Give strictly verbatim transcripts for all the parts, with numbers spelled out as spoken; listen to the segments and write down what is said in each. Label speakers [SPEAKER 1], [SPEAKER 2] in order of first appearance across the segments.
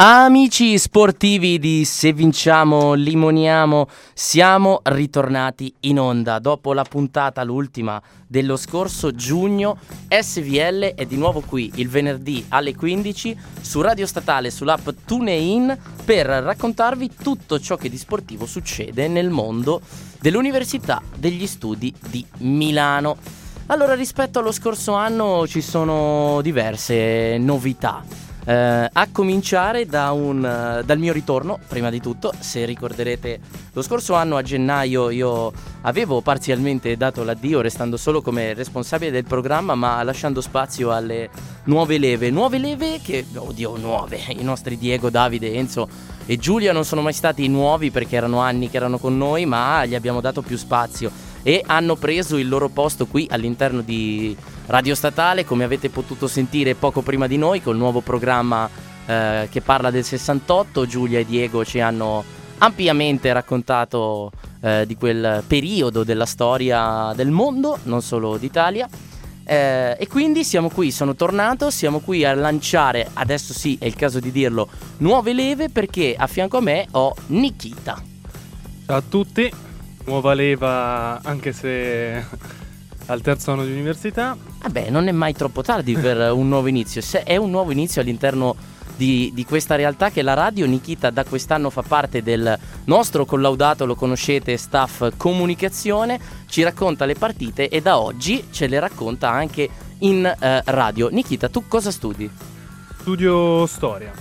[SPEAKER 1] Amici sportivi di Se Vinciamo Limoniamo, siamo ritornati in onda dopo la puntata, l'ultima dello scorso giugno. S V L è di nuovo qui il venerdì alle quindici su Radio Statale, sull'app TuneIn, per raccontarvi tutto ciò che di sportivo succede nel mondo dell'Università degli Studi di Milano. Allora, rispetto allo scorso anno ci sono diverse novità. Uh, a cominciare da un, uh, dal mio ritorno. Prima di tutto, se ricorderete, lo scorso anno a gennaio io avevo parzialmente dato l'addio, restando solo come responsabile del programma, ma lasciando spazio alle nuove leve. Nuove leve che, oddio, nuove, i nostri Diego, Davide, Enzo e Giulia non sono mai stati nuovi perché erano anni che erano con noi, ma gli abbiamo dato più spazio e hanno preso il loro posto qui all'interno di Radio Statale, come avete potuto sentire poco prima di noi, col nuovo programma eh, che parla del sessantotto. Giulia e Diego ci hanno ampiamente raccontato eh, di quel periodo della storia del mondo, non solo d'Italia, eh, e quindi siamo qui, sono tornato, siamo qui a lanciare, adesso sì è il caso di dirlo, nuove leve, perché a fianco a me ho Nikita.
[SPEAKER 2] Ciao a tutti, nuova leva anche se al terzo anno di università.
[SPEAKER 1] Vabbè, non è mai troppo tardi per un nuovo inizio. Se è un nuovo inizio all'interno di, di questa realtà che è la radio. Nikita da quest'anno fa parte del nostro collaudato, lo conoscete, staff comunicazione, ci racconta le partite e da oggi ce le racconta anche in eh, radio. Nikita, tu cosa studi?
[SPEAKER 2] Studio storia.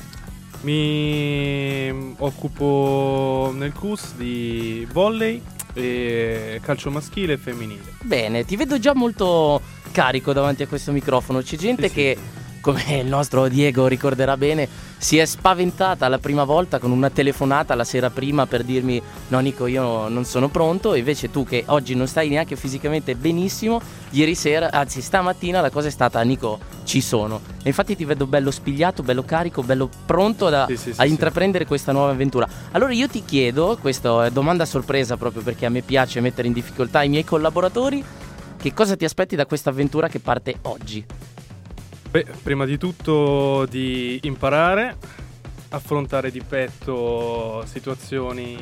[SPEAKER 2] Mi occupo nel C U S di volley e calcio maschile e femminile.
[SPEAKER 1] Bene, ti vedo già molto carico davanti a questo microfono. C'è gente sì, che, sì. come il nostro Diego ricorderà bene, si è spaventata la prima volta con una telefonata la sera prima per dirmi: no Nico, io non sono pronto. E invece tu, che oggi non stai neanche fisicamente benissimo, ieri sera, anzi stamattina, la cosa è stata: Nico, ci sono. E infatti ti vedo bello spigliato, bello carico, bello pronto da, sì, sì, sì, a intraprendere sì. questa nuova avventura. Allora io ti chiedo, questa è domanda sorpresa proprio perché a me piace mettere in difficoltà i miei collaboratori, che cosa ti aspetti da questa avventura che parte oggi?
[SPEAKER 2] Beh, prima di tutto di imparare, affrontare di petto situazioni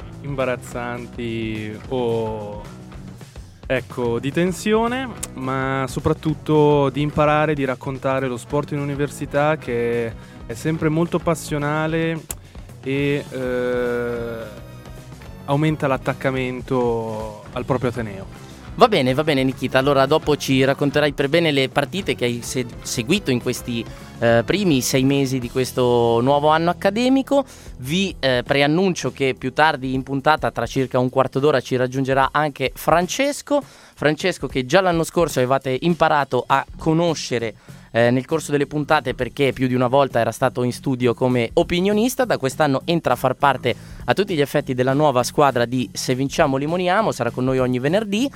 [SPEAKER 2] imbarazzanti o, ecco, di tensione, ma soprattutto di imparare, di raccontare lo sport in università, che è sempre molto passionale e eh, aumenta l'attaccamento al proprio ateneo.
[SPEAKER 1] Va bene, va bene Nikita, allora dopo ci racconterai per bene le partite che hai se- seguito in questi eh, primi sei mesi di questo nuovo anno accademico. Vi eh, preannuncio che più tardi in puntata, tra circa un quarto d'ora, ci raggiungerà anche Francesco. Francesco che già l'anno scorso avevate imparato a conoscere eh, nel corso delle puntate, perché più di una volta era stato in studio come opinionista. Da quest'anno entra a far parte a tutti gli effetti della nuova squadra di Se Vinciamo Limoniamo, sarà con noi ogni venerdì.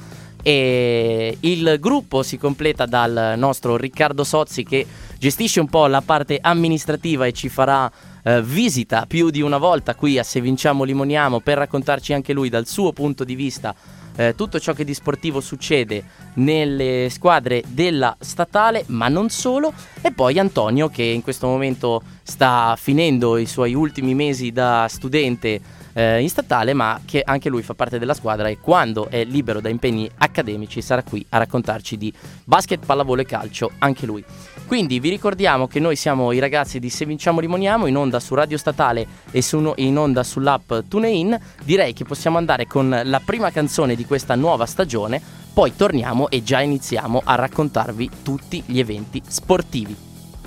[SPEAKER 1] E il gruppo si completa dal nostro Riccardo Sozzi, che gestisce un po' la parte amministrativa e ci farà eh, visita più di una volta qui a Se Vinciamo Limoniamo per raccontarci anche lui dal suo punto di vista eh, tutto ciò che di sportivo succede nelle squadre della statale, ma non solo. E poi Antonio, che in questo momento sta finendo i suoi ultimi mesi da studente Eh, in statale, ma che anche lui fa parte della squadra e quando è libero da impegni accademici sarà qui a raccontarci di basket, pallavolo e calcio anche lui. Quindi vi ricordiamo che noi siamo i ragazzi di Se Vinciamo Limoniamo, in onda su Radio Statale e su, in onda sull'app TuneIn. Direi che possiamo andare con la prima canzone di questa nuova stagione, poi torniamo e già iniziamo a raccontarvi tutti gli eventi sportivi.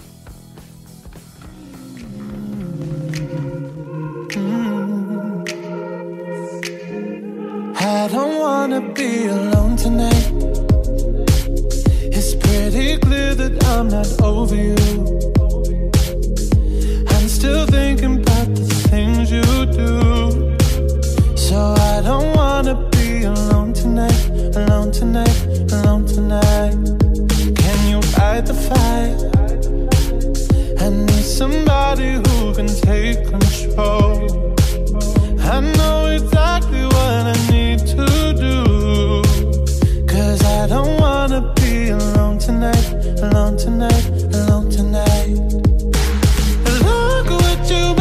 [SPEAKER 3] I don't wanna be alone tonight. It's pretty clear that I'm not over you. I'm still thinking about the things you do. So I don't wanna be alone tonight. Alone tonight, alone tonight. Can you fight the fight? I need somebody who can take control. I know exactly what I need to do, 'cause I don't wanna be alone tonight, alone tonight, alone tonight. Look what you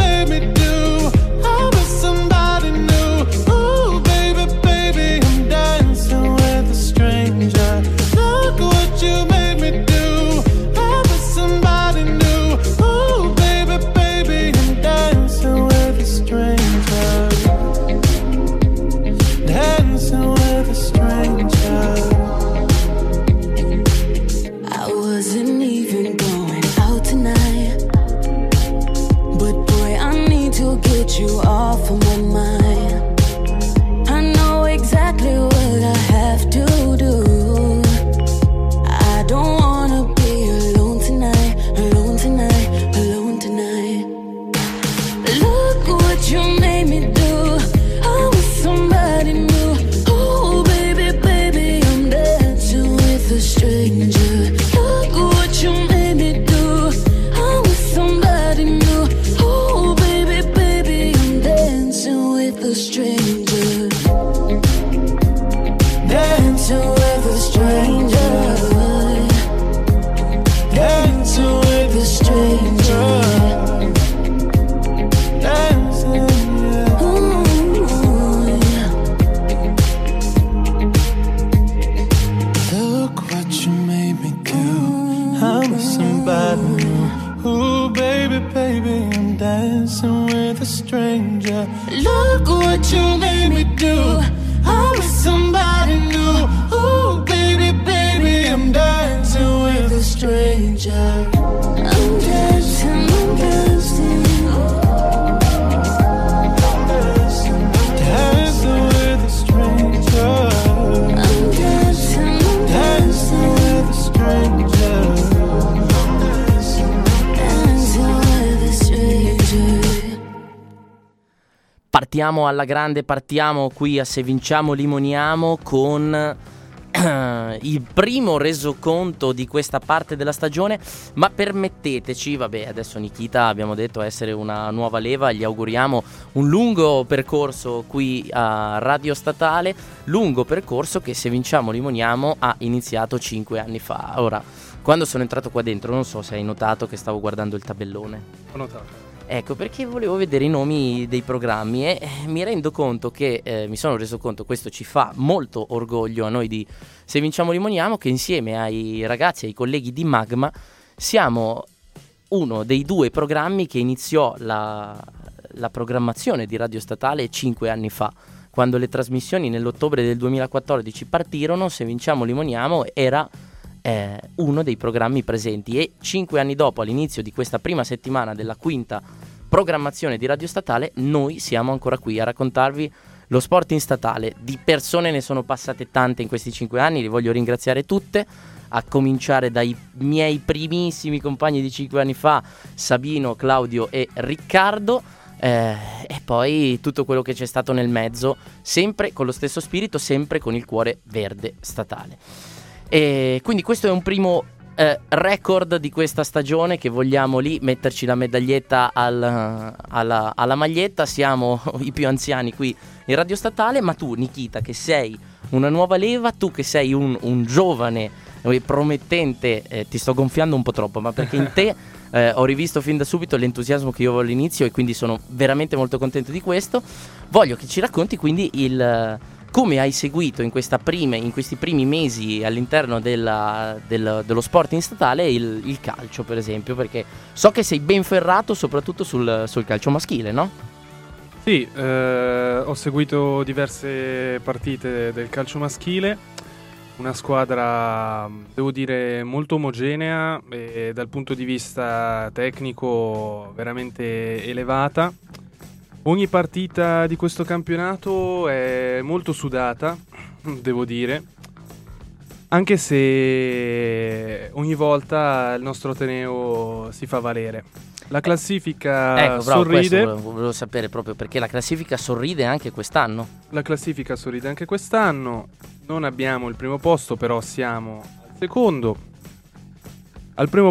[SPEAKER 3] stranger. Look what you made me do. I'm with somebody new. Ooh, baby, baby, I'm dancing with a stranger. I'm dancing, I'm dancing. Dancing with a stranger. I'm dancing, I'm dancing with a stranger. Dancing with a stranger.
[SPEAKER 1] Partiamo alla grande, partiamo qui a Se Vinciamo Limoniamo con il primo resoconto di questa parte della stagione, ma permetteteci, vabbè, adesso Nikita abbiamo detto essere una nuova leva, gli auguriamo un lungo percorso qui a Radio Statale, lungo percorso che Se Vinciamo Limoniamo ha iniziato cinque anni fa. Ora, quando sono entrato qua dentro, non so se hai notato che stavo guardando il tabellone.
[SPEAKER 2] Ho notato.
[SPEAKER 1] Ecco, perché volevo vedere i nomi dei programmi e mi rendo conto che, eh, mi sono reso conto, questo ci fa molto orgoglio a noi di Se Vinciamo Limoniamo, che insieme ai ragazzi, ai colleghi di Magma, siamo uno dei due programmi che iniziò la, la programmazione di Radio Statale cinque anni fa. Quando le trasmissioni nell'ottobre del duemilaquattordici partirono, Se Vinciamo Limoniamo era Eh, uno dei programmi presenti, e cinque anni dopo, all'inizio di questa prima settimana della quinta programmazione di Radio Statale, noi siamo ancora qui a raccontarvi lo sport in statale. Di persone ne sono passate tante in questi cinque anni, li voglio ringraziare tutte, a cominciare dai miei primissimi compagni di cinque anni fa, Sabino, Claudio e Riccardo, eh, e poi tutto quello che c'è stato nel mezzo, sempre con lo stesso spirito, sempre con il cuore verde statale. E quindi questo è un primo eh, record di questa stagione, che vogliamo lì metterci la medaglietta al, alla, alla maglietta. Siamo i più anziani qui in Radio Statale, ma tu Nikita, che sei una nuova leva, tu che sei un, un giovane e promettente, eh, ti sto gonfiando un po' troppo, ma perché in te eh, ho rivisto fin da subito l'entusiasmo che io avevo all'inizio, e quindi sono veramente molto contento di questo. Voglio che ci racconti quindi il... come hai seguito in, questa prime, in questi primi mesi all'interno della, del, dello sport in statale il, il calcio, per esempio, perché so che sei ben ferrato soprattutto sul, sul calcio maschile, no?
[SPEAKER 2] Sì, eh, ho seguito diverse partite del calcio maschile, una squadra, devo dire, molto omogenea e dal punto di vista tecnico veramente elevata. Ogni partita di questo campionato è molto sudata, devo dire, anche se ogni volta il nostro Ateneo si fa valere. La classifica
[SPEAKER 1] ecco, bravo,
[SPEAKER 2] sorride.
[SPEAKER 1] Volevo, volevo sapere proprio perché la classifica sorride anche quest'anno.
[SPEAKER 2] La classifica sorride anche quest'anno. Non abbiamo il primo posto, però siamo al secondo. Al primo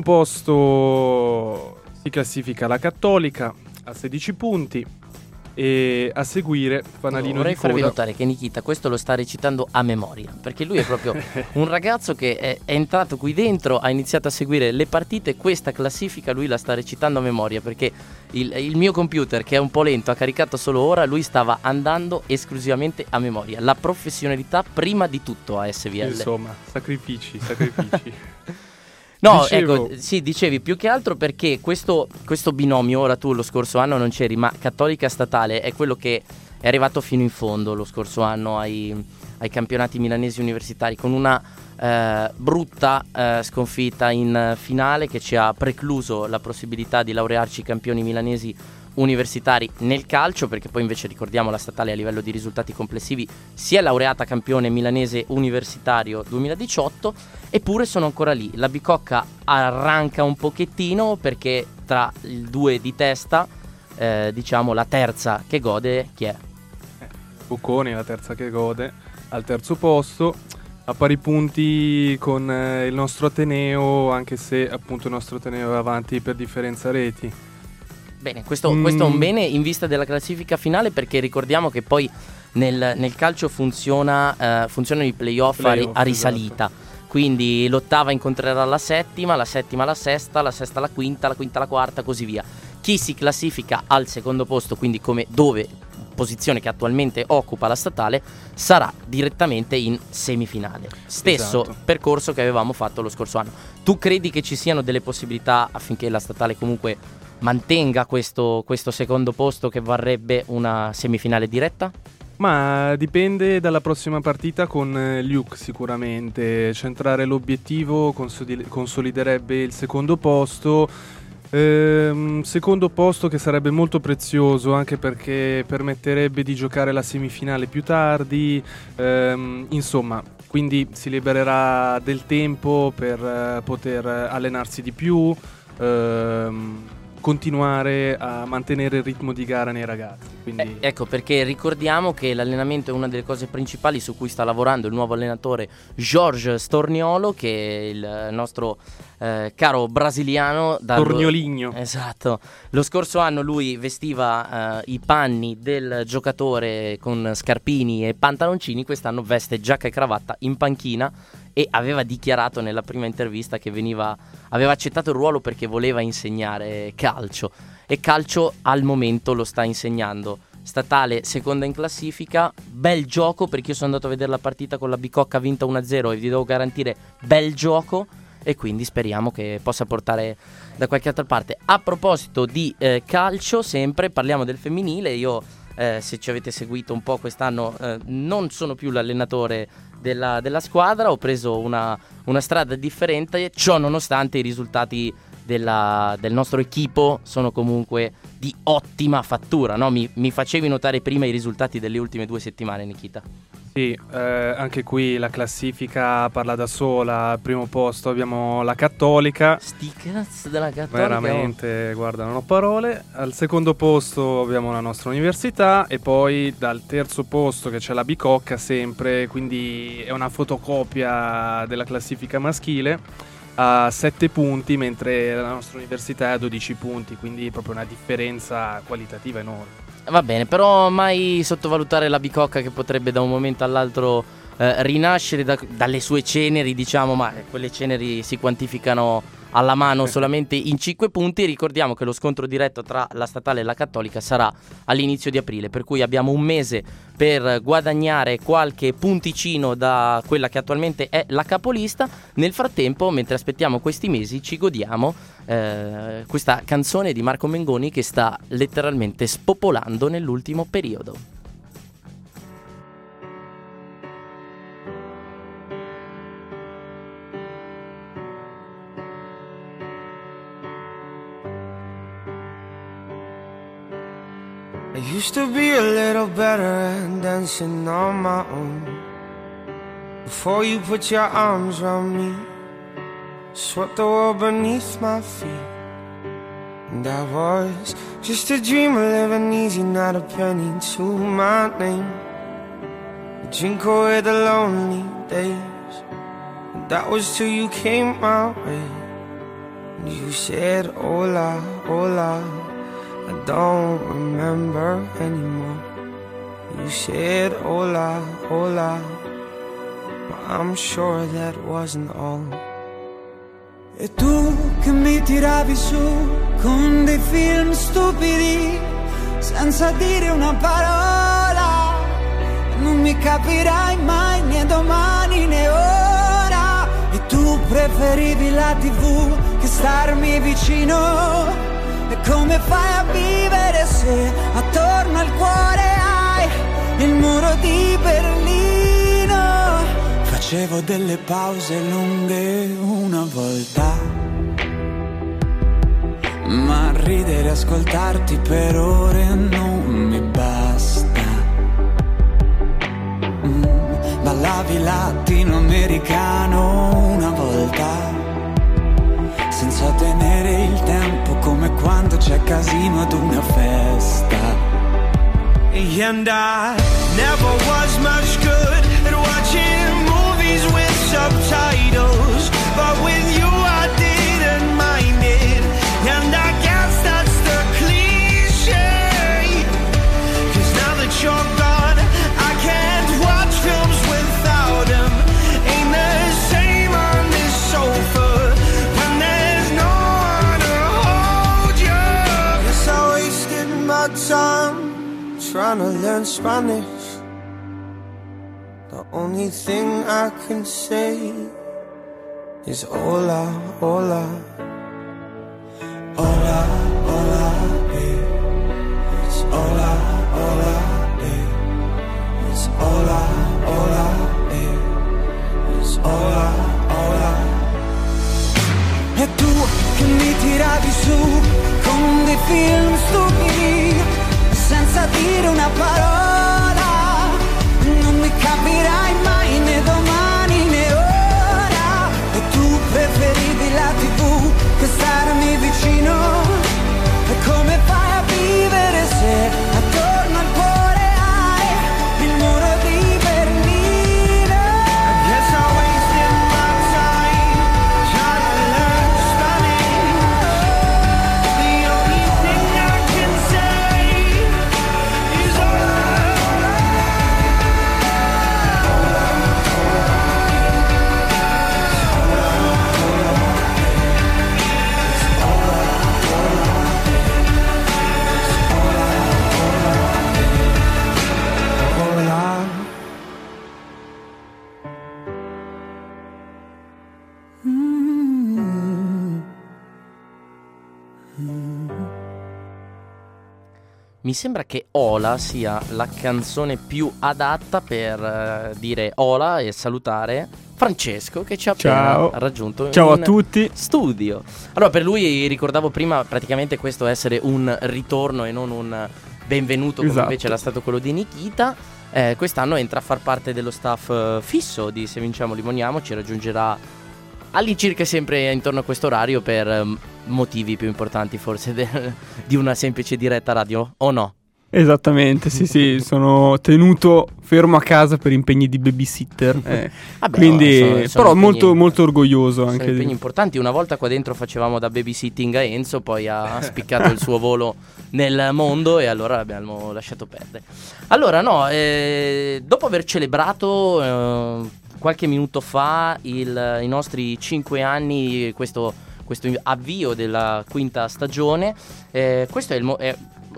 [SPEAKER 2] posto si classifica la Cattolica a sedici punti. E a seguire fanalino
[SPEAKER 1] vorrei
[SPEAKER 2] di coda.
[SPEAKER 1] farvi notare che Nikita questo lo sta recitando a memoria, perché lui è proprio un ragazzo che è, è entrato qui dentro, ha iniziato a seguire le partite, questa classifica lui la sta recitando a memoria, perché il, il mio computer, che è un po' lento, ha caricato solo ora, lui stava andando esclusivamente a memoria. La professionalità prima di tutto a S V L.
[SPEAKER 2] Insomma, sacrifici, sacrifici.
[SPEAKER 1] No,
[SPEAKER 2] Dicevo.
[SPEAKER 1] ecco, sì, dicevi più che altro perché questo, questo binomio, ora tu lo scorso anno non c'eri, ma Cattolica Statale è quello che è arrivato fino in fondo lo scorso anno ai, ai campionati milanesi universitari, con una eh, brutta eh, sconfitta in finale che ci ha precluso la possibilità di laurearci campioni milanesi universitari nel calcio, perché poi invece ricordiamo la Statale a livello di risultati complessivi si è laureata campione milanese universitario duemiladiciotto, eppure sono ancora lì. La bicocca arranca un pochettino perché tra il due di testa, eh, diciamo la terza che gode chi è?
[SPEAKER 2] Bocconi, la terza che gode, al terzo posto, a pari punti con eh, il nostro Ateneo, anche se appunto il nostro Ateneo è avanti per differenza reti.
[SPEAKER 1] Bene, questo,
[SPEAKER 2] Mm.
[SPEAKER 1] questo è un bene in vista della classifica finale, perché ricordiamo che poi nel, nel calcio funziona, eh, funzionano i playoff, a, ri-
[SPEAKER 2] Playoff,
[SPEAKER 1] a risalita.
[SPEAKER 2] esatto.
[SPEAKER 1] Quindi l'ottava incontrerà la settima, la settima la sesta, la sesta la quinta, la quinta la quarta, così via. Chi si classifica al secondo posto, quindi come dove posizione che attualmente occupa la Statale, sarà direttamente in semifinale. Stesso
[SPEAKER 2] Esatto.
[SPEAKER 1] percorso che avevamo fatto lo scorso anno. Tu credi che ci siano delle possibilità affinché la Statale comunque mantenga questo, questo secondo posto che varrebbe una semifinale diretta?
[SPEAKER 2] Ma dipende dalla prossima partita con Luke sicuramente. Centrare l'obiettivo consoli- consoliderebbe il secondo posto. Ehm, secondo posto che sarebbe molto prezioso anche perché permetterebbe di giocare la semifinale più tardi. Ehm, insomma, quindi si libererà del tempo per uh, poter allenarsi di più, ehm, continuare a mantenere il ritmo di gara nei ragazzi. Quindi...
[SPEAKER 1] Eh, ecco perché ricordiamo che l'allenamento è una delle cose principali su cui sta lavorando il nuovo allenatore Jorge Storniolo, che è il nostro eh, caro brasiliano.
[SPEAKER 2] Torgnoligno.
[SPEAKER 1] Esatto. Lo scorso anno lui vestiva eh, i panni del giocatore con scarpini e pantaloncini, quest'anno veste giacca e cravatta in panchina e aveva dichiarato nella prima intervista che veniva, aveva accettato il ruolo perché voleva insegnare calcio. E calcio al momento lo sta insegnando. Statale seconda in classifica, bel gioco perché io sono andato a vedere la partita con la Bicocca vinta uno a zero e vi devo garantire bel gioco e quindi speriamo che possa portare da qualche altra parte. A proposito di eh, calcio, sempre parliamo del femminile. Io eh, se ci avete seguito un po' quest'anno eh, non sono più l'allenatore della, della squadra, ho preso una, una strada differente, ciò nonostante i risultati Della, del nostro equipo sono comunque di ottima fattura, no? Mi, mi facevi notare prima i risultati delle ultime due settimane, Nikita.
[SPEAKER 2] Sì, eh, anche qui la classifica parla da sola. Al primo posto abbiamo la Cattolica.
[SPEAKER 1] Sti cazzo della Cattolica.
[SPEAKER 2] Veramente, oh. Guarda, non ho parole. Al secondo posto abbiamo la nostra università e poi dal terzo posto che c'è la Bicocca sempre, quindi è una fotocopia della classifica maschile. A sette punti, mentre la nostra università è a dodici punti, quindi proprio una differenza qualitativa enorme.
[SPEAKER 1] Va bene, però mai sottovalutare la Bicocca che potrebbe da un momento all'altro eh, rinascere da, dalle sue ceneri, diciamo, ma quelle ceneri si quantificano alla mano solamente in cinque punti. Ricordiamo che lo scontro diretto tra la Statale e la Cattolica sarà all'inizio di aprile, per cui abbiamo un mese per guadagnare qualche punticino da quella che attualmente è la capolista. Nel frattempo, mentre aspettiamo questi mesi, ci godiamo eh, questa canzone di Marco Mengoni che sta letteralmente spopolando nell'ultimo periodo.
[SPEAKER 4] I used to be a little better at dancing on my own. Before you put your arms around me, swept the world beneath my feet. And I was just a dreamer living easy, not a penny to my name. I drink away the lonely days, and that was till you came my way. And you said, hola, hola, I don't remember anymore. You said hola, hola, but I'm sure that wasn't all.
[SPEAKER 5] E tu che mi tiravi su con dei film stupidi, senza dire una parola, non mi capirai mai né domani né ora. E tu preferivi la tivù che starmi vicino. E come fai a vivere se attorno al cuore hai il muro di Berlino? Facevo delle pause lunghe una volta, ma ridere e ascoltarti per ore non mi basta. mm, Ballavi latinoamericano una volta, senza tenere il tempo, come quando c'è casino ad una festa.
[SPEAKER 4] And I never was much good at watching movies with subtitles, but with you I didn't mind it. And I guess that's the cliche, 'cause now that you're gone I can't watch films without them. Ain't the same on this sofa when there's no one to hold you. Guess I wasted my time trying to learn Spanish. The only thing I can say is hola, hola,
[SPEAKER 5] hola, hola. Ola, ola. E tu che mi tiravi su con dei film stupidi, senza dire una parola, non mi capirai mai né domani né ora. E tu preferivi la tivù che starmi vicino. E come fai a vivere se attorno al cuore hai il muro di Berlino? I guess I wasted my time trying to learn Spanish. The only thing I can say is
[SPEAKER 1] Mi sembra che Ola sia la canzone più adatta per uh, dire Ola e salutare Francesco che ci ha appena
[SPEAKER 6] Ciao.
[SPEAKER 1] raggiunto.
[SPEAKER 6] Ciao
[SPEAKER 1] in
[SPEAKER 6] a tutti.
[SPEAKER 1] Studio. Allora, per lui ricordavo prima praticamente questo essere un ritorno e non un benvenuto come
[SPEAKER 6] Esatto.
[SPEAKER 1] invece era stato quello di Nikita. Eh, quest'anno entra a far parte dello staff uh, fisso di Se Vinciamo Limoniamo, ci raggiungerà all'incirca sempre intorno a questo orario per um, motivi più importanti forse de- di una semplice diretta radio, o no?
[SPEAKER 6] Esattamente, sì sì, sono tenuto fermo a casa per impegni di babysitter, eh.
[SPEAKER 1] Vabbè,
[SPEAKER 6] quindi
[SPEAKER 1] sono- sono
[SPEAKER 6] però
[SPEAKER 1] impegni-
[SPEAKER 6] molto, molto orgoglioso
[SPEAKER 1] Sono
[SPEAKER 6] anche
[SPEAKER 1] impegni
[SPEAKER 6] di...
[SPEAKER 1] importanti. Una volta qua dentro facevamo da babysitting a Enzo, poi ha spiccato il suo volo nel mondo e allora l'abbiamo lasciato perdere. Allora no, eh, dopo aver celebrato eh, qualche minuto fa il, i nostri cinque anni, questo, questo avvio della quinta stagione, eh, questo è il mo- è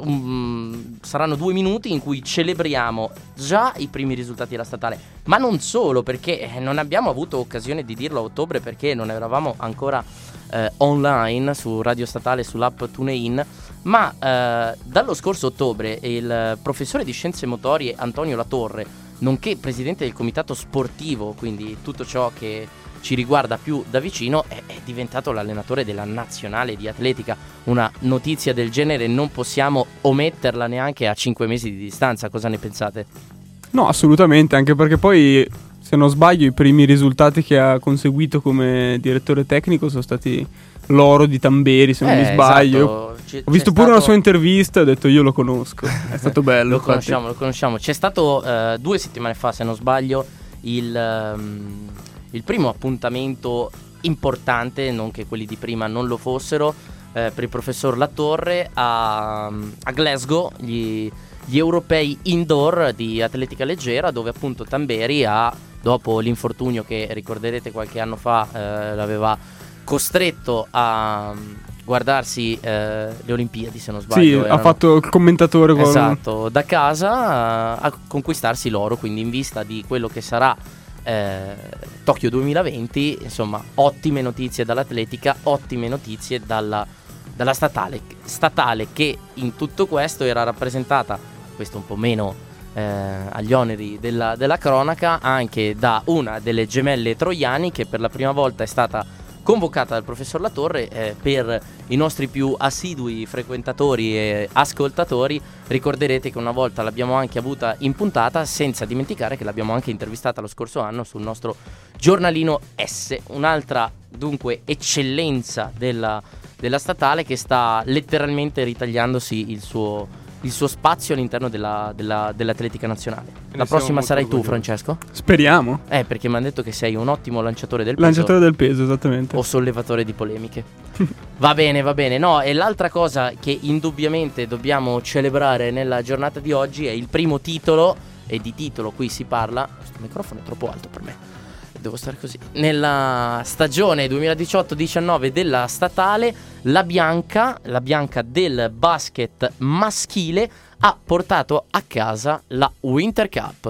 [SPEAKER 1] um, saranno due minuti in cui celebriamo già i primi risultati della statale, ma non solo, perché non abbiamo avuto occasione di dirlo a ottobre perché non eravamo ancora eh, online su Radio Statale, sull'app TuneIn, ma eh, dallo scorso ottobre il professore di scienze motorie Antonio Latorre, nonché presidente del comitato sportivo, quindi tutto ciò che ci riguarda più da vicino, è, è diventato l'allenatore della nazionale di atletica. Una notizia del genere non possiamo ometterla neanche a cinque mesi di distanza. Cosa ne pensate?
[SPEAKER 6] No, assolutamente, anche perché poi, se non sbaglio, i primi risultati che ha conseguito come direttore tecnico sono stati l'oro di Tamberi, se non
[SPEAKER 1] Eh,
[SPEAKER 6] mi sbaglio.
[SPEAKER 1] esatto. C'è-
[SPEAKER 6] Ho visto
[SPEAKER 1] c'è
[SPEAKER 6] pure una
[SPEAKER 1] stato-
[SPEAKER 6] sua intervista e ho detto io lo conosco, è stato bello.
[SPEAKER 1] Lo
[SPEAKER 6] infatti.
[SPEAKER 1] conosciamo, lo conosciamo. C'è stato eh, due settimane fa, se non sbaglio, il, ehm, il primo appuntamento importante, non che quelli di prima non lo fossero, eh, per il professor Latorre a, a Glasgow, gli, gli europei indoor di atletica leggera, dove appunto Tamberi ha, dopo l'infortunio che ricorderete qualche anno fa eh, l'aveva costretto a guardarsi eh, le Olimpiadi, se non
[SPEAKER 6] Sì,
[SPEAKER 1] sbaglio.
[SPEAKER 6] ha
[SPEAKER 1] erano-
[SPEAKER 6] fatto il commentatore con...
[SPEAKER 1] Esatto, da casa a, a conquistarsi l'oro, quindi in vista di quello che sarà eh, Tokyo duemilaventi, insomma, ottime notizie dall'atletica, ottime notizie dalla, dalla statale, statale che in tutto questo era rappresentata, questo un po' meno eh, agli oneri della, della cronaca, anche da una delle gemelle Troiani che per la prima volta è stata convocata dal professor Latorre. Eh, per i nostri più assidui frequentatori e ascoltatori ricorderete che una volta l'abbiamo anche avuta in puntata, senza dimenticare che l'abbiamo anche intervistata lo scorso anno sul nostro giornalino S, un'altra dunque eccellenza della, della statale che sta letteralmente ritagliandosi il suo, il suo spazio all'interno della, della, dell'atletica nazionale.
[SPEAKER 2] Ne
[SPEAKER 1] La
[SPEAKER 2] siamo
[SPEAKER 1] prossima
[SPEAKER 2] molto
[SPEAKER 1] sarai tu,
[SPEAKER 2] orgogliosi.
[SPEAKER 1] Francesco?
[SPEAKER 6] Speriamo.
[SPEAKER 1] Eh, perché mi hanno detto che sei un ottimo lanciatore del peso.
[SPEAKER 6] Lanciatore del peso, esattamente.
[SPEAKER 1] O sollevatore di polemiche. Va bene, va bene. No, e l'altra cosa che indubbiamente dobbiamo celebrare nella giornata di oggi è il primo titolo, e di titolo qui si parla. Questo microfono è troppo alto per me, devo stare così. Nella stagione duemiladiciotto diciannove della statale, la Bianca, la Bianca del basket maschile, ha portato a casa la Winter Cup.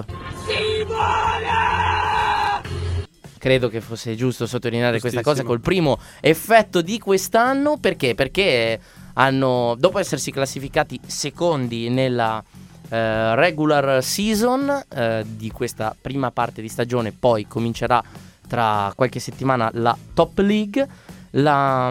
[SPEAKER 1] Credo che fosse giusto sottolineare questa cosa col primo effetto di quest'anno. Perché? Perché hanno, dopo essersi classificati secondi nella eh, regular season eh, di questa prima parte di stagione, poi comincerà tra qualche settimana la Top League. La,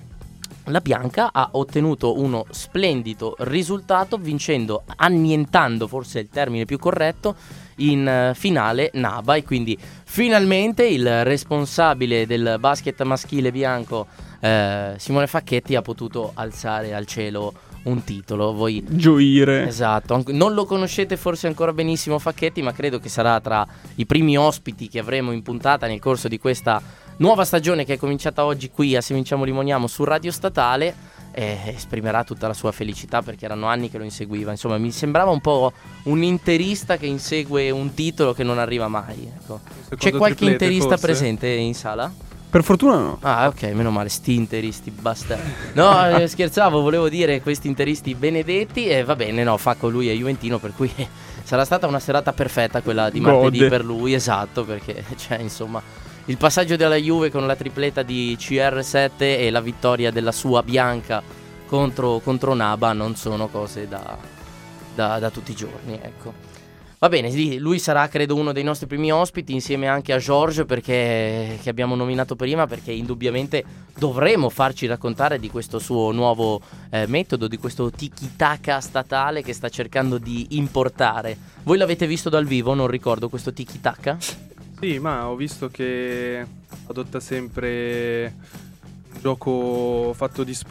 [SPEAKER 1] la Bianca ha ottenuto uno splendido risultato vincendo, annientando, forse è il termine più corretto, in uh, finale Naba, e quindi finalmente il responsabile del basket maschile bianco, eh, Simone Facchetti, ha potuto alzare al cielo un titolo. Voi
[SPEAKER 6] gioire.
[SPEAKER 1] Esatto, non lo conoscete forse ancora benissimo Facchetti, ma credo che sarà tra i primi ospiti che avremo in puntata nel corso di questa nuova stagione che è cominciata oggi qui a Se Vinciamo Limoniamo su Radio Statale. E esprimerà tutta la sua felicità perché erano anni che lo inseguiva. Insomma, mi sembrava un po' un interista che insegue un titolo che non arriva mai, ecco. C'è qualche
[SPEAKER 2] triplete,
[SPEAKER 1] interista
[SPEAKER 2] forse?
[SPEAKER 1] presente in sala?
[SPEAKER 6] Per fortuna no.
[SPEAKER 1] Ah, ok, meno male, sti interisti basta. No, eh, scherzavo, volevo dire questi interisti benedetti. E va bene, no, Facco lui è juventino, per cui sarà stata una serata perfetta quella di martedì
[SPEAKER 6] Gode.
[SPEAKER 1] per lui. Esatto, perché cioè insomma il passaggio della Juve con la tripleta di C R sette e la vittoria della sua Bianca contro, contro Naba non sono cose da, da, da tutti i giorni, ecco. Va bene, sì, lui sarà credo uno dei nostri primi ospiti insieme anche a George, perché, che abbiamo nominato prima, perché indubbiamente dovremo farci raccontare di questo suo nuovo eh, metodo, di questo tiki-taka statale che sta cercando di importare. Voi l'avete visto dal vivo, non ricordo, questo tiki-taka?
[SPEAKER 2] Sì, ma ho visto che adotta sempre un gioco fatto di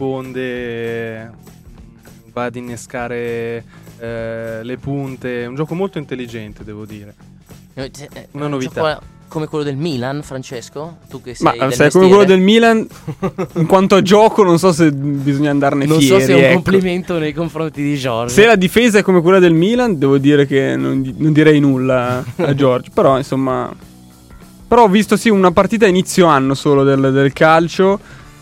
[SPEAKER 2] sponde, va ad innescare eh, le punte, un gioco molto intelligente, devo dire.
[SPEAKER 1] Eh,
[SPEAKER 2] Una
[SPEAKER 1] un
[SPEAKER 2] novità.
[SPEAKER 1] gioco come quello del Milan, Francesco? Tu che sei
[SPEAKER 6] Ma
[SPEAKER 1] del
[SPEAKER 6] sai, come
[SPEAKER 1] mestiere.
[SPEAKER 6] quello del Milan, in quanto a gioco, non so se bisogna andarne
[SPEAKER 1] Non
[SPEAKER 6] fieri.
[SPEAKER 1] so se è un
[SPEAKER 6] ecco.
[SPEAKER 1] complimento nei confronti di George.
[SPEAKER 6] Se la difesa è come quella del Milan, devo dire che non, non direi nulla a George. Però, insomma, però ho visto sì una partita a inizio anno solo del, del calcio.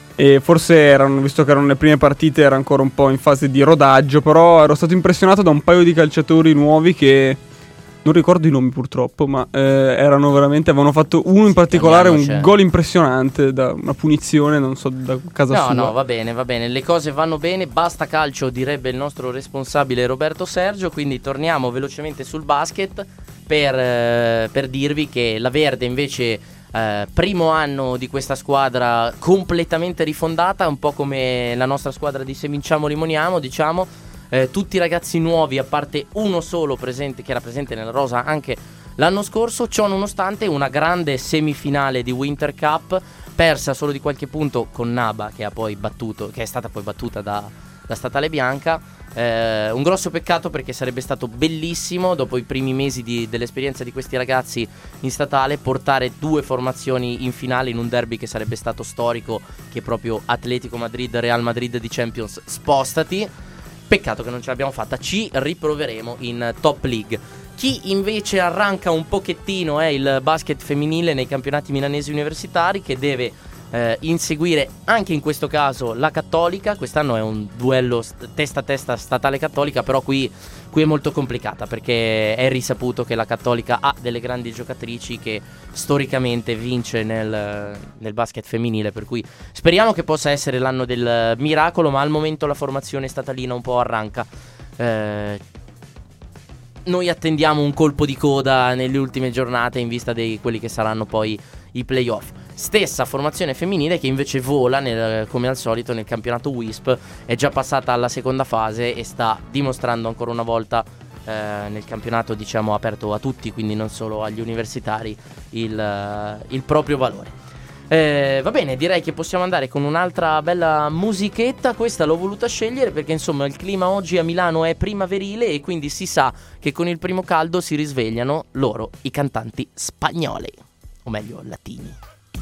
[SPEAKER 6] E forse erano, visto che erano le prime partite, era ancora un po' in fase di rodaggio. Però ero stato impressionato da un paio di calciatori nuovi che non ricordo i nomi purtroppo, ma eh, erano veramente, avevano fatto uno in particolare un
[SPEAKER 1] c'è.
[SPEAKER 6] gol impressionante da una punizione, non so da casa
[SPEAKER 1] No,
[SPEAKER 6] sua.
[SPEAKER 1] no, va bene, va bene, le cose vanno bene, basta calcio, direbbe il nostro responsabile Roberto Sergio. Quindi torniamo velocemente sul basket per, eh, per dirvi che la Verde invece, eh, primo anno di questa squadra completamente rifondata, un po' come la nostra squadra di Se Vinciamo Limoniamo, diciamo. Eh, tutti i ragazzi nuovi, a parte uno solo presente che era presente nella rosa anche l'anno scorso. Ciò nonostante una grande semifinale di Winter Cup, persa solo di qualche punto con Naba, che ha poi battuto, che è stata poi battuta da, da Statale Bianca. Eh, un grosso peccato, perché sarebbe stato bellissimo dopo i primi mesi di, dell'esperienza di questi ragazzi in statale portare due formazioni in finale in un derby che sarebbe stato storico, che è proprio Atletico Madrid Real Madrid di Champions spostati. Peccato che non ce l'abbiamo fatta, ci riproveremo in Top League. Chi invece arranca un pochettino è il basket femminile nei campionati milanesi universitari, che deve eh, inseguire anche in questo caso la Cattolica. Quest'anno è un duello st- testa a testa statale Cattolica, però qui, qui è molto complicata, perché è risaputo che la Cattolica ha delle grandi giocatrici che storicamente vince nel, nel basket femminile, per cui speriamo che possa essere l'anno del miracolo, ma al momento la formazione statalina un po' arranca. Eh, noi attendiamo un colpo di coda nelle ultime giornate in vista di quelli che saranno poi i playoff. Stessa formazione femminile che invece vola nel, come al solito nel campionato W I S P, è già passata alla seconda fase e sta dimostrando ancora una volta eh, nel campionato, diciamo, aperto a tutti, quindi non solo agli universitari, il, il proprio valore. Eh, va bene, direi che possiamo andare con un'altra bella musichetta. Questa l'ho voluta scegliere perché insomma il clima oggi a Milano è primaverile e quindi si sa che con il primo caldo si risvegliano loro, i cantanti spagnoli, o meglio latini.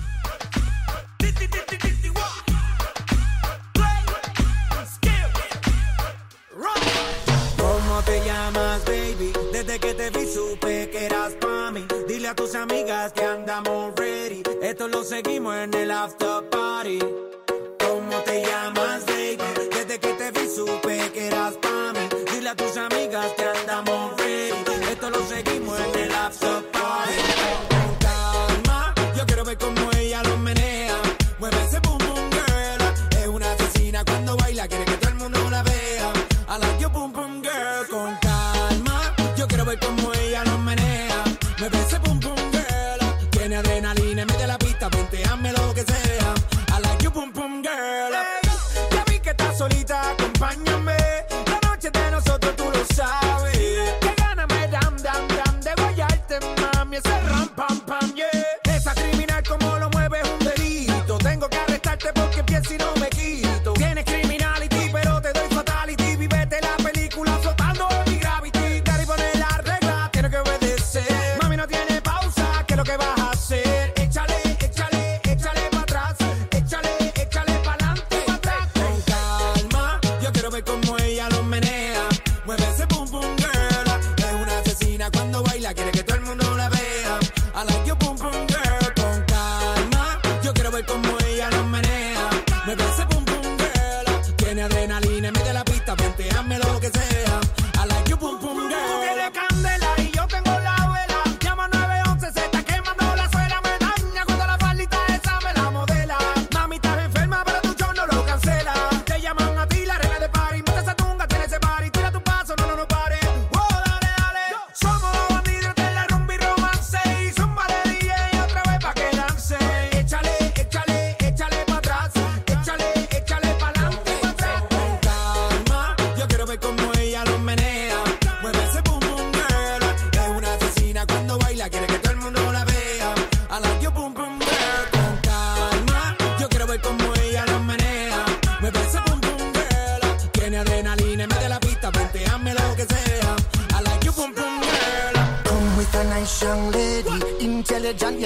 [SPEAKER 7] ¿Cómo te llamas, baby? Desde que te vi supe que eras pa' mí. Dile a tus amigas que andamos ready. Esto lo seguimos en el after party. ¿Cómo te llamas, baby? Desde que te vi supe que eras pa' mí. Dile a tus amigas que andamos ready. Esto lo seguimos en el after party. Con calma, yo quiero ver cómo ella lo menea. Mueve ese boom boom girl. Es una asesina cuando baila, quiere que todo el mundo la vea. I like your boom boom girl. Con calma, yo quiero ver cómo ella lo menea. Mueve ese boom boom girl. Tiene adrenalina en medio de la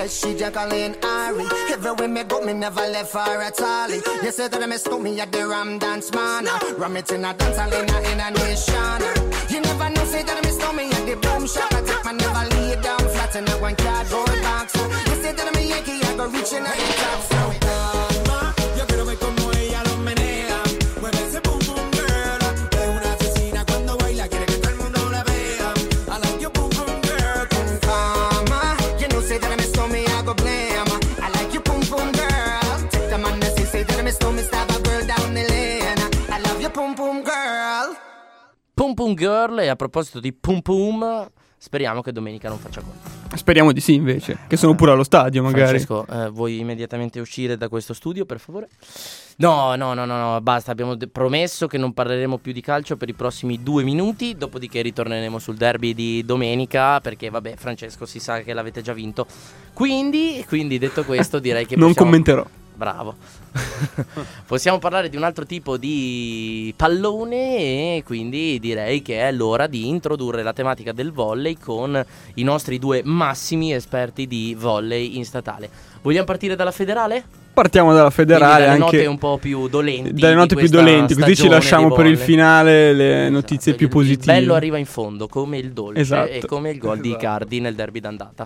[SPEAKER 4] yes, she Jacqueline Ari. Everywhere me go, me never left for a tally. You say that me stole me at the Ram Dance Man. Ram it in a dance hall in a, in a nation. You never know, say that me stole me at the Boom Shop. I take my never lay down flat in a one cardboard box. You say that me Yankee, I go reaching out the top. So calma, yo quiero ver como ella lo menea. Mueve ese boom boom girl. Es una asesina cuando baila, quiere que todo el mundo la vea. I like your boom boom girl. Con calma, you know say that me stole me, I go blame. I like your boom boom girl. Take the man that say, say that me stole me, stab a girl down the lane. I love your boom boom girl.
[SPEAKER 1] Pum Pum Girl. E a proposito di Pum Pum, speriamo che domenica non faccia gol.
[SPEAKER 6] Speriamo di sì, invece, che sono pure allo stadio magari.
[SPEAKER 1] Francesco, eh, vuoi immediatamente uscire da questo studio, per favore? No, no, no, no, no, basta, abbiamo de- promesso che non parleremo più di calcio per i prossimi due minuti, dopodiché ritorneremo sul derby di domenica, perché vabbè, Francesco, si sa che l'avete già vinto. Quindi, quindi detto questo, direi che
[SPEAKER 6] non
[SPEAKER 1] possiamo...
[SPEAKER 6] commenterò.
[SPEAKER 1] Bravo. Possiamo parlare di un altro tipo di pallone e quindi direi che è l'ora di introdurre la tematica del volley con i nostri due massimi esperti di volley in statale. Vogliamo partire dalla federale?
[SPEAKER 6] Partiamo dalla federale,
[SPEAKER 1] dalle
[SPEAKER 6] anche
[SPEAKER 1] note un po' più dolenti.
[SPEAKER 6] Dalle note più dolenti, così ci lasciamo per il finale le
[SPEAKER 1] esatto,
[SPEAKER 6] notizie più
[SPEAKER 1] il,
[SPEAKER 6] positive.
[SPEAKER 1] Il bello arriva in fondo, come il dolce
[SPEAKER 6] esatto.
[SPEAKER 1] e come il gol
[SPEAKER 6] esatto.
[SPEAKER 1] di Icardi nel derby d'andata.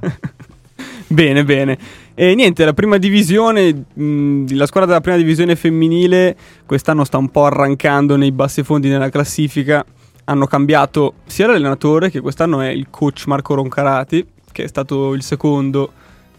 [SPEAKER 6] Bene, bene. E niente, la prima divisione, mh, la squadra della prima divisione femminile quest'anno sta un po' arrancando nei bassi fondi nella classifica. Hanno cambiato sia l'allenatore, che quest'anno è il coach Marco Roncarati, che è stato il secondo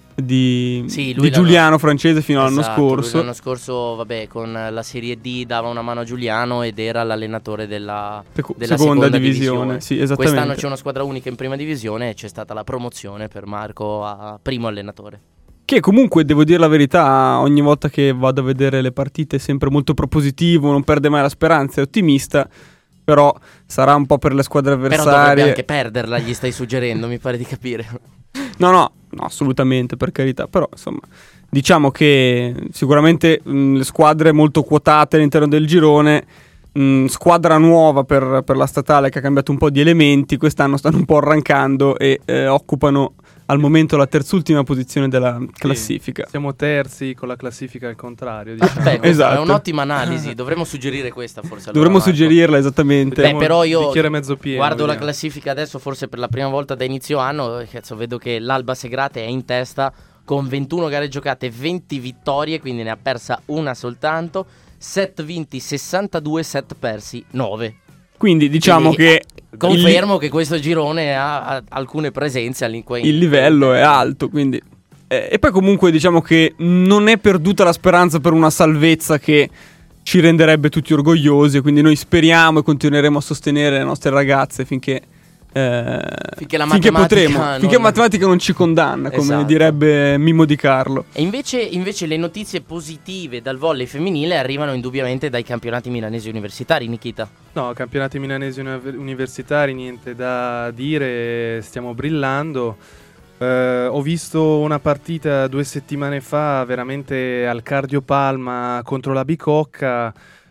[SPEAKER 6] di,
[SPEAKER 1] sì, lui
[SPEAKER 6] di Giuliano Francese fino
[SPEAKER 1] esatto,
[SPEAKER 6] all'anno scorso.
[SPEAKER 1] L'anno scorso, vabbè, con la Serie D dava una mano a Giuliano ed era l'allenatore della,
[SPEAKER 6] Seco-
[SPEAKER 1] della
[SPEAKER 6] seconda,
[SPEAKER 1] seconda
[SPEAKER 6] divisione.
[SPEAKER 1] divisione.
[SPEAKER 6] Sì, esattamente.
[SPEAKER 1] Quest'anno c'è una squadra unica in prima divisione e c'è stata la promozione per Marco a primo allenatore.
[SPEAKER 6] Che comunque, devo dire la verità, ogni volta che vado a vedere le partite è sempre molto propositivo, non perde mai la speranza, è ottimista. Però sarà un po' per le squadre avversarie.
[SPEAKER 1] Però dovrebbe anche perderla, gli stai suggerendo, mi pare di capire.
[SPEAKER 6] No, no, no, assolutamente, per carità. Però, insomma, diciamo che sicuramente mh, le squadre molto quotate all'interno del girone, mh, squadra nuova per, per la statale che ha cambiato un po' di elementi, quest'anno stanno un po' arrancando e eh, occupano al momento la terzultima posizione della classifica.
[SPEAKER 2] Sì, siamo terzi con la classifica al contrario, diciamo.
[SPEAKER 1] Beh,
[SPEAKER 6] esatto.
[SPEAKER 1] È un'ottima analisi, dovremmo suggerire questa forse. Allora,
[SPEAKER 6] Dovremmo
[SPEAKER 1] Marco.
[SPEAKER 6] suggerirla, esattamente.
[SPEAKER 1] Beh, però io
[SPEAKER 2] bicchiere mezzo pieno,
[SPEAKER 1] guardo
[SPEAKER 2] vediamo.
[SPEAKER 1] la classifica adesso forse per la prima volta da inizio anno, cazzo, vedo che l'Alba Segrate è in testa con ventuno gare giocate, venti vittorie, quindi ne ha persa una soltanto, set vinti sessantadue, set persi nove.
[SPEAKER 6] Quindi diciamo
[SPEAKER 1] Quindi,
[SPEAKER 6] che
[SPEAKER 1] confermo
[SPEAKER 6] il,
[SPEAKER 1] che questo girone ha, ha alcune presenze all'inquadro.
[SPEAKER 6] il livello è alto, quindi eh, e poi comunque diciamo che non è perduta la speranza per una salvezza che ci renderebbe tutti orgogliosi, quindi noi speriamo e continueremo a sostenere le nostre ragazze finché eh,
[SPEAKER 1] finché la
[SPEAKER 6] finché
[SPEAKER 1] matematica
[SPEAKER 6] potremo,
[SPEAKER 1] non...
[SPEAKER 6] finché la matematica non ci condanna, come
[SPEAKER 1] Esatto.
[SPEAKER 6] direbbe Mimmo Di Carlo.
[SPEAKER 1] E invece, invece le notizie positive dal volley femminile arrivano indubbiamente dai campionati milanesi universitari, Nikita.
[SPEAKER 2] No, campionati milanesi uni- universitari, niente da dire, stiamo brillando. Eh, ho visto una partita due settimane fa veramente al Cardio Palma contro la Bicocca.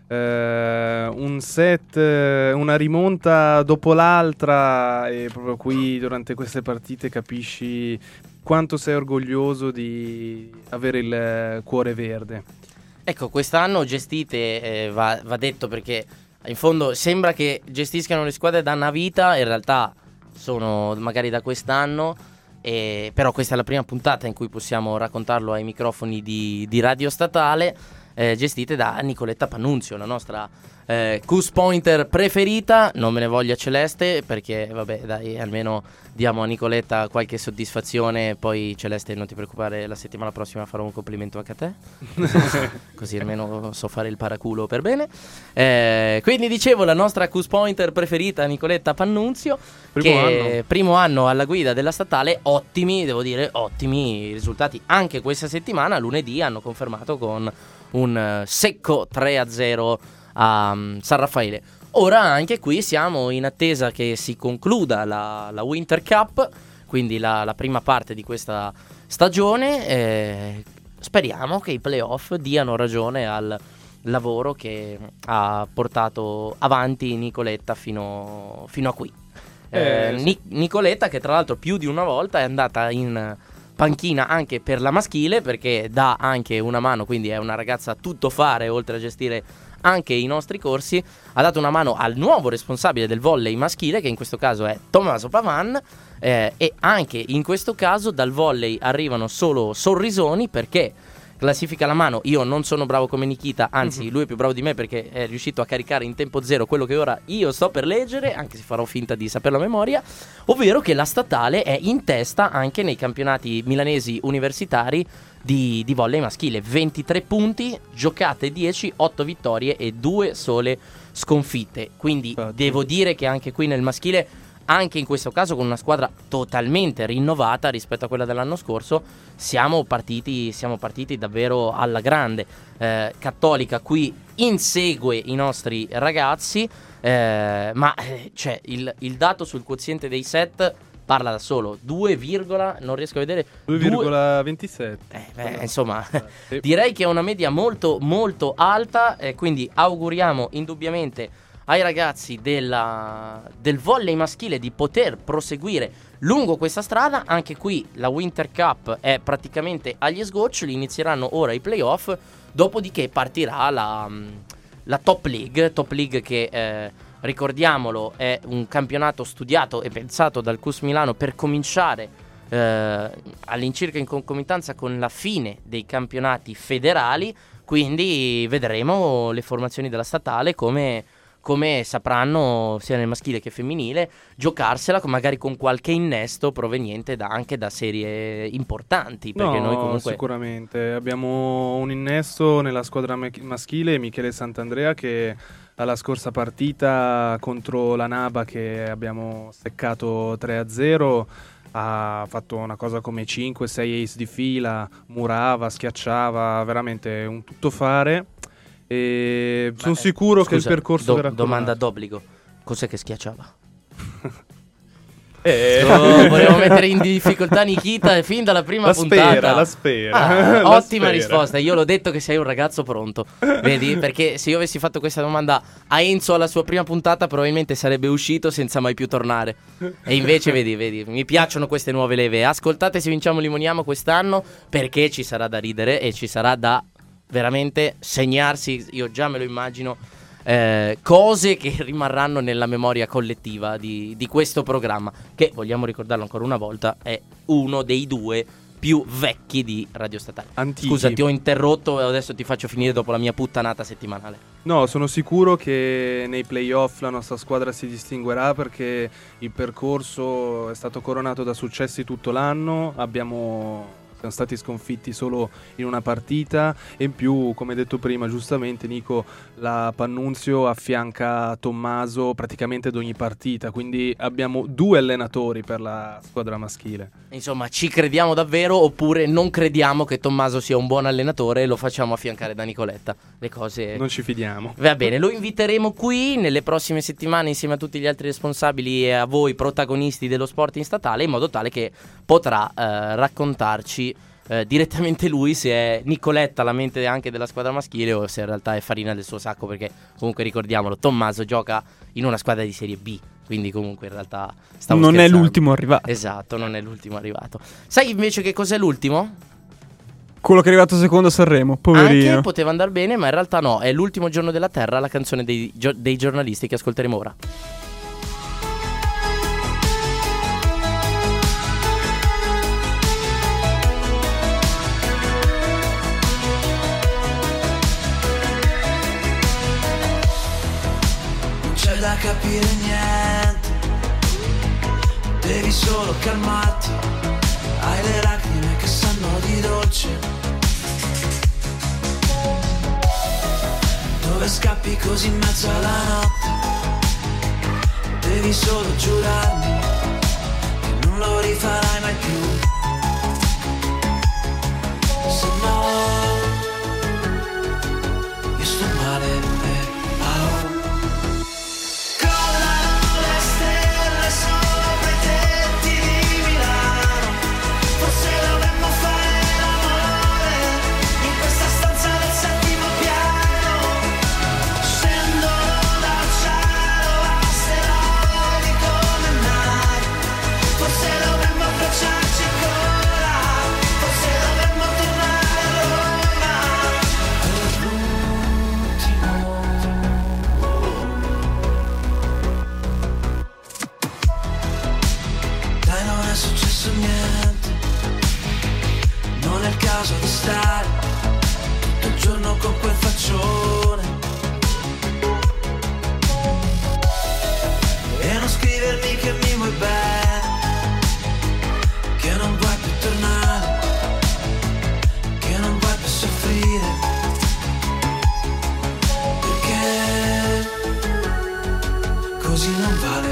[SPEAKER 2] Uh, un set, uh, una rimonta dopo l'altra, e proprio qui durante queste partite capisci quanto sei orgoglioso di avere il cuore verde.
[SPEAKER 1] Ecco, quest'anno gestite, eh, va, va detto, perché in fondo sembra che gestiscano le squadre da una vita, in realtà sono magari da quest'anno, eh, però questa è la prima puntata in cui possiamo raccontarlo ai microfoni di, di Radio Statale. Eh, gestite da Nicoletta Pannunzio, la nostra eh, Cus Pointer preferita. Non me ne voglia Celeste, perché vabbè, dai, almeno diamo a Nicoletta qualche soddisfazione. Poi Celeste, non ti preoccupare, la settimana prossima farò un complimento anche a te, così almeno so fare il paraculo per bene. Eh, quindi dicevo, la nostra Cus Pointer preferita, Nicoletta Pannunzio,
[SPEAKER 2] Primo
[SPEAKER 1] che
[SPEAKER 2] anno.
[SPEAKER 1] primo anno alla guida della statale. Ottimi, devo dire, ottimi risultati anche questa settimana. Lunedì hanno confermato con un secco tre a zero a um, San Raffaele. Ora anche qui siamo in attesa che si concluda la, la Winter Cup, quindi la, la prima parte di questa stagione. Eh, speriamo che i playoff diano ragione al lavoro che ha portato avanti Nicoletta fino, fino a qui. Eh,
[SPEAKER 2] Eh, sì.
[SPEAKER 1] Nic- Nicoletta, che tra l'altro più di una volta è andata in panchina anche per la maschile, perché dà anche una mano, quindi è una ragazza a tutto fare oltre a gestire anche i nostri corsi. Ha dato una mano al nuovo responsabile del volley maschile, che in questo caso è Tommaso Pavan, eh, e anche in questo caso dal volley arrivano solo sorrisoni, perché classifica la mano. Io non sono bravo come Nikita, anzi mm-hmm. lui è più bravo di me perché è riuscito a caricare in tempo zero quello che ora io sto per leggere, anche se farò finta di saperlo a memoria, ovvero che la statale è in testa anche nei campionati milanesi universitari di, di volley maschile. Ventitré punti, giocate dieci, otto vittorie e due sole sconfitte. Quindi Infatti. devo dire che anche qui nel maschile, anche in questo caso con una squadra totalmente rinnovata rispetto a quella dell'anno scorso, siamo partiti, siamo partiti davvero alla grande. eh, Cattolica qui insegue i nostri ragazzi, eh, ma eh, cioè, il, il dato sul quoziente dei set parla da solo. due, non riesco a vedere,
[SPEAKER 2] due virgola ventisette.
[SPEAKER 1] Eh, beh, insomma, sì. direi che è una media molto molto alta, eh, quindi auguriamo indubbiamente ai ragazzi della, del volley maschile di poter proseguire lungo questa strada. Anche qui la Winter Cup è praticamente agli sgoccioli, inizieranno ora i playoff, dopodiché partirà la, la Top League, Top League che eh, ricordiamolo è un campionato studiato e pensato dal C U S Milano per cominciare eh, all'incirca in concomitanza con la fine dei campionati federali, quindi vedremo le formazioni della statale come come sapranno sia nel maschile che femminile giocarsela, magari con qualche innesto proveniente da, anche da serie importanti, perché
[SPEAKER 2] no,
[SPEAKER 1] noi comunque
[SPEAKER 2] sicuramente abbiamo un innesto nella squadra me- maschile, Michele Sant'Andrea, che alla scorsa partita contro la Naba, che abbiamo seccato tre a zero, ha fatto una cosa come cinque sei ace di fila, murava, schiacciava, veramente un tuttofare. E sono
[SPEAKER 1] eh,
[SPEAKER 2] sicuro
[SPEAKER 1] scusa,
[SPEAKER 2] che il percorso
[SPEAKER 1] do,
[SPEAKER 2] verrà
[SPEAKER 1] domanda
[SPEAKER 2] coronato.
[SPEAKER 1] d'obbligo: cos'è che schiacciava?
[SPEAKER 2] eh.
[SPEAKER 1] Oh, volevo mettere in difficoltà Nikita fin dalla prima
[SPEAKER 2] la
[SPEAKER 1] puntata.
[SPEAKER 2] Spera, la spera,
[SPEAKER 1] ah,
[SPEAKER 2] la
[SPEAKER 1] ottima
[SPEAKER 2] spera.
[SPEAKER 1] risposta. Io l'ho detto che sei un ragazzo pronto, vedi? Perché se io avessi fatto questa domanda a Enzo alla sua prima puntata, probabilmente sarebbe uscito senza mai più tornare. E invece vedi, vedi, mi piacciono queste nuove leve. Ascoltate Se Vinciamo Limoniamo quest'anno, perché ci sarà da ridere e ci sarà da veramente segnarsi, io già me lo immagino, eh, cose che rimarranno nella memoria collettiva di, di questo programma, che, vogliamo ricordarlo ancora una volta, è uno dei due più vecchi di Radio Statale.
[SPEAKER 2] Antichi.
[SPEAKER 1] Scusa, ti ho interrotto e adesso ti faccio finire dopo la mia puttanata settimanale.
[SPEAKER 2] No, sono sicuro che nei playoff la nostra squadra si distinguerà, perché il percorso è stato coronato da successi tutto l'anno. Abbiamo siamo stati sconfitti solo in una partita, e in più, come detto prima giustamente Nico, la Pannunzio affianca Tommaso praticamente ad ogni partita, quindi abbiamo due allenatori per la squadra maschile.
[SPEAKER 1] Insomma, ci crediamo davvero oppure non crediamo che Tommaso sia un buon allenatore e lo facciamo affiancare da Nicoletta? Le cose
[SPEAKER 2] non ci fidiamo.
[SPEAKER 1] Va bene, lo inviteremo qui nelle prossime settimane insieme a tutti gli altri responsabili e a voi protagonisti dello sport in statale, in modo tale che potrà eh, raccontarci Eh, direttamente lui se è Nicoletta la mente anche della squadra maschile o se in realtà è farina del suo sacco, perché comunque ricordiamolo, Tommaso gioca in una squadra di serie B, quindi comunque in realtà stavo
[SPEAKER 6] non
[SPEAKER 1] scherzando.
[SPEAKER 6] è l'ultimo arrivato.
[SPEAKER 1] Esatto, non è l'ultimo arrivato. Sai invece che cos'è l'ultimo?
[SPEAKER 6] Quello che è arrivato secondo a Sanremo, poverino.
[SPEAKER 1] Anche poteva andare bene, ma in realtà no, è L'ultimo giorno della terra, la canzone dei, gio- dei giornalisti che ascolteremo ora.
[SPEAKER 8] Da capire niente, devi solo calmarti, hai le lacrime che sanno di dolce. Dove scappi così in mezzo alla notte, devi solo giurarmi che non lo rifarai mai più, se no io sto male.
[SPEAKER 7] Forse dovremmo abbracciarci ancora.
[SPEAKER 8] giorno con quel faccione. E non scrivermi che mi vuoi bene, che non vuoi più tornare, che non vuoi più soffrire, perché così non vale.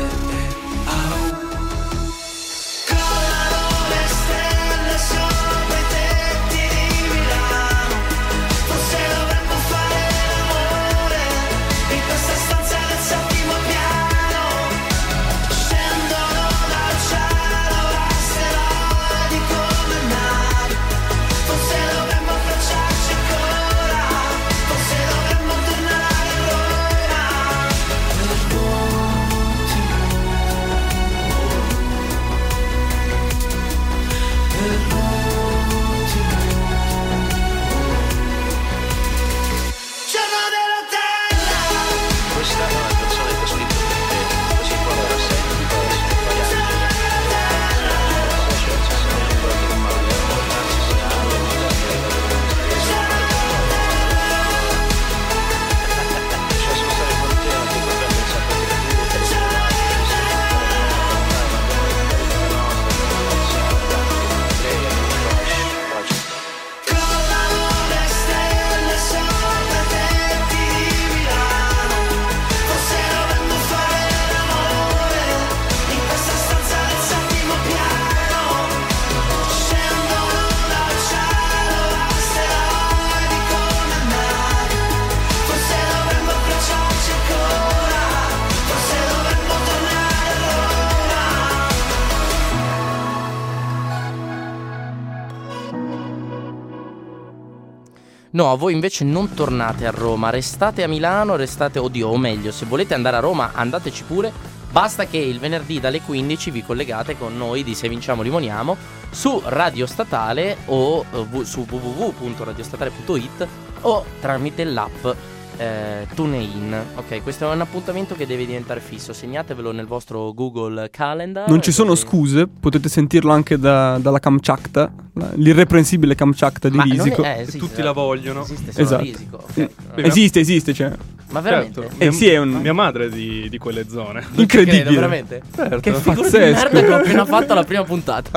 [SPEAKER 1] No, voi invece non tornate a Roma, restate a Milano, restate, oddio, o meglio, se volete andare a Roma andateci pure, basta che il venerdì dalle quindici vi collegate con noi di Se Vinciamo Limoniamo su Radio Statale o uh, su w w w punto radio statale punto i t o tramite l'app eh, TuneIn. Ok, questo è un appuntamento che deve diventare fisso, segnatevelo nel vostro Google Calendar.
[SPEAKER 6] Non ci sono
[SPEAKER 1] così.
[SPEAKER 6] scuse, potete sentirlo anche da, dalla Kamchatka, l'irreprensibile Kamchatka di
[SPEAKER 1] Ma
[SPEAKER 6] Risico.
[SPEAKER 1] non è, eh, esiste,
[SPEAKER 2] tutti la vogliono.
[SPEAKER 1] Esiste solo
[SPEAKER 6] Esatto.
[SPEAKER 1] Risico, okay.
[SPEAKER 6] Eh, esiste, esiste, cioè.
[SPEAKER 1] Ma veramente?
[SPEAKER 2] Certo.
[SPEAKER 6] Eh,
[SPEAKER 2] mia,
[SPEAKER 6] sì, è un-
[SPEAKER 2] mia madre è di, di quelle zone.
[SPEAKER 1] Non ci
[SPEAKER 6] Incredibile.
[SPEAKER 1] credo, veramente?
[SPEAKER 2] Certo.
[SPEAKER 1] Che figura di
[SPEAKER 6] Pazzesco.
[SPEAKER 1] merda che ho appena fatto alla prima puntata.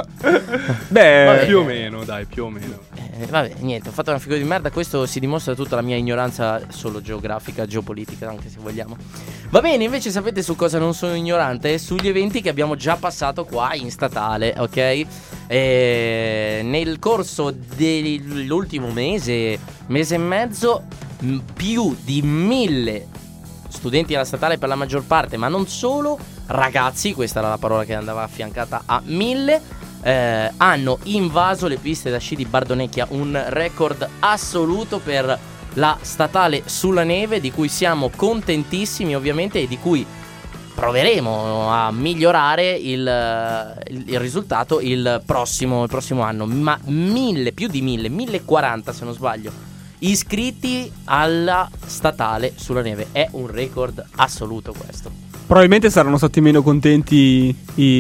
[SPEAKER 6] Beh,
[SPEAKER 1] Vabbè.
[SPEAKER 2] Più o meno, dai, più o meno.
[SPEAKER 1] Eh, vabbè, niente, ho fatto una figura di merda. Questo si dimostra tutta la mia ignoranza solo geografica, geopolitica, anche se vogliamo. Va bene, invece sapete su cosa non sono ignorante? Sugli eventi che abbiamo già passato qua in statale, ok? E nel corso dell'ultimo mese, mese e mezzo, m- più di mille studenti alla statale per la maggior parte, ma non solo, ragazzi, questa era la parola che andava affiancata a mille, eh, hanno invaso le piste da sci di Bardonecchia, un record assoluto per la statale sulla neve, di cui siamo contentissimi ovviamente e di cui proveremo a migliorare il, il, il risultato il prossimo, il prossimo anno. Ma mille, più di mille, millequaranta se non sbaglio, iscritti alla statale sulla neve. È un record assoluto questo.
[SPEAKER 6] probabilmente saranno stati meno contenti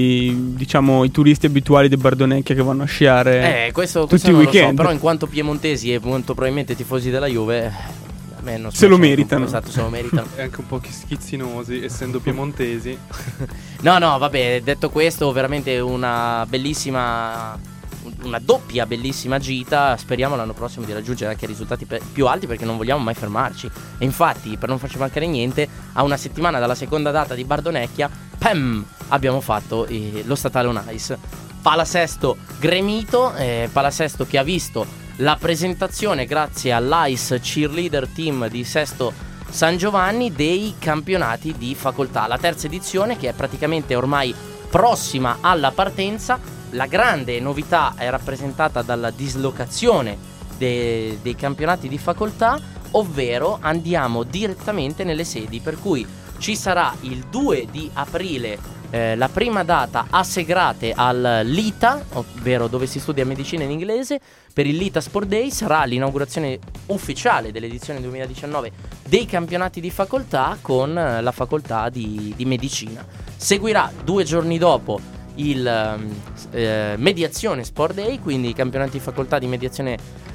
[SPEAKER 6] i, diciamo, i turisti abituali di Bardonecchia che vanno a sciare
[SPEAKER 1] Eh, questo,
[SPEAKER 6] tutti
[SPEAKER 1] questo
[SPEAKER 6] i
[SPEAKER 1] non lo so,
[SPEAKER 6] weekend.
[SPEAKER 1] però in quanto piemontesi e molto probabilmente tifosi della Juve, eh, a me non
[SPEAKER 6] Se lo
[SPEAKER 1] spiace,
[SPEAKER 6] meritano.
[SPEAKER 1] Esatto, se lo meritano.
[SPEAKER 2] E anche un po' schizzinosi, essendo piemontesi.
[SPEAKER 1] No, no, vabbè, detto questo, veramente una bellissima, una doppia bellissima gita. Speriamo l'anno prossimo di raggiungere anche risultati pe- più alti, perché non vogliamo mai fermarci. E infatti, per non farci mancare niente, a una settimana dalla seconda data di Bardonecchia, pam, abbiamo fatto eh, lo Statale on Ice. Palasesto gremito, eh, Palasesto che ha visto la presentazione, grazie all'Ice Cheerleader Team di Sesto San Giovanni, dei campionati di facoltà. La terza edizione, che è praticamente ormai prossima alla partenza. La grande novità è rappresentata dalla dislocazione de- dei campionati di facoltà, ovvero andiamo direttamente nelle sedi, per cui ci sarà il due di aprile eh, la prima data a Segrate al Lita, ovvero dove si studia medicina in inglese. Per il Lita Sport Day sarà l'inaugurazione ufficiale dell'edizione duemiladiciannove dei campionati di facoltà con la facoltà di, di medicina. Seguirà due giorni dopo il eh, Mediazione Sport Day, quindi i campionati di facoltà di mediazione